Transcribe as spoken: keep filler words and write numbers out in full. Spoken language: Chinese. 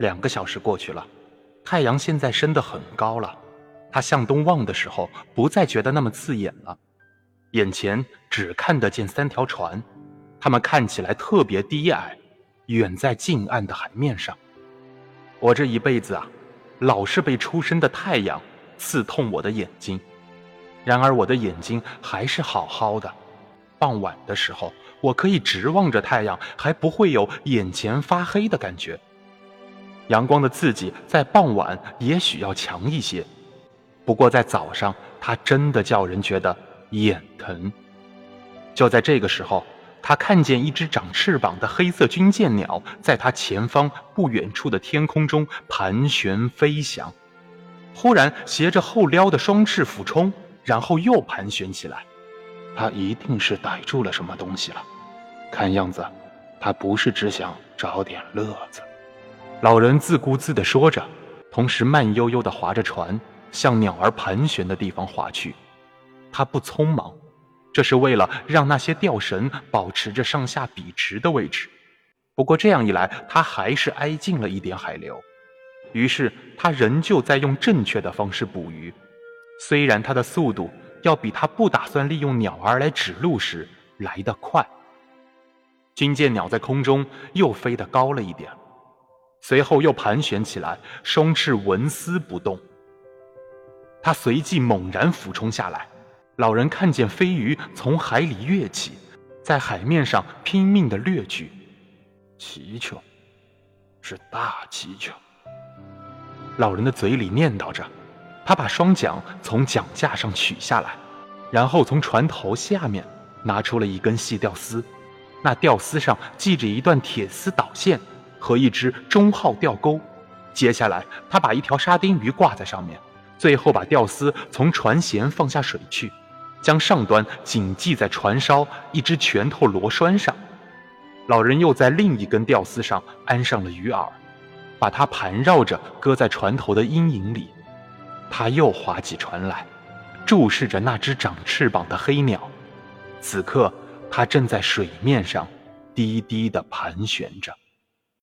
两个小时过去了，太阳现在升得很高了。他向东望的时候，不再觉得那么刺眼了。眼前只看得见三条船，它们看起来特别低矮，远在近岸的海面上。我这一辈子啊，老是被初升的太阳刺痛我的眼睛，然而我的眼睛还是好好的。傍晚的时候，我可以直望着太阳，还不会有眼前发黑的感觉。阳光的刺激在傍晚也许要强一些，不过在早上，它真的叫人觉得眼疼。就在这个时候，他看见一只长翅膀的黑色军舰鸟在他前方不远处的天空中盘旋飞翔，忽然斜着后撩的双翅俯冲，然后又盘旋起来。他一定是逮住了什么东西了，看样子他不是只想找点乐子。老人自顾自地说着，同时慢悠悠地划着船向鸟儿盘旋的地方划去。他不匆忙，这是为了让那些吊绳保持着上下笔直的位置。不过这样一来，他还是挨近了一点海流。于是他仍旧在用正确的方式捕鱼，虽然他的速度要比他不打算利用鸟儿来指路时来得快。军舰鸟在空中又飞得高了一点，随后又盘旋起来，双翅纹丝不动。他随即猛然俯冲下来，老人看见飞鱼从海里跃起，在海面上拼命地掠去。祈求，是大祈求。老人的嘴里念叨着，他把双桨从桨架上取下来，然后从船头下面拿出了一根细吊丝，那吊丝上系着一段铁丝导线和一只中号吊钩。接下来他把一条沙丁鱼挂在上面，最后把吊丝从船舷放下水去，将上端紧系在船梢一只拳头螺栓上。老人又在另一根吊丝上安上了鱼饵，把它盘绕着搁在船头的阴影里。他又划起船来，注视着那只长翅膀的黑鸟。此刻它正在水面上低低地盘旋着。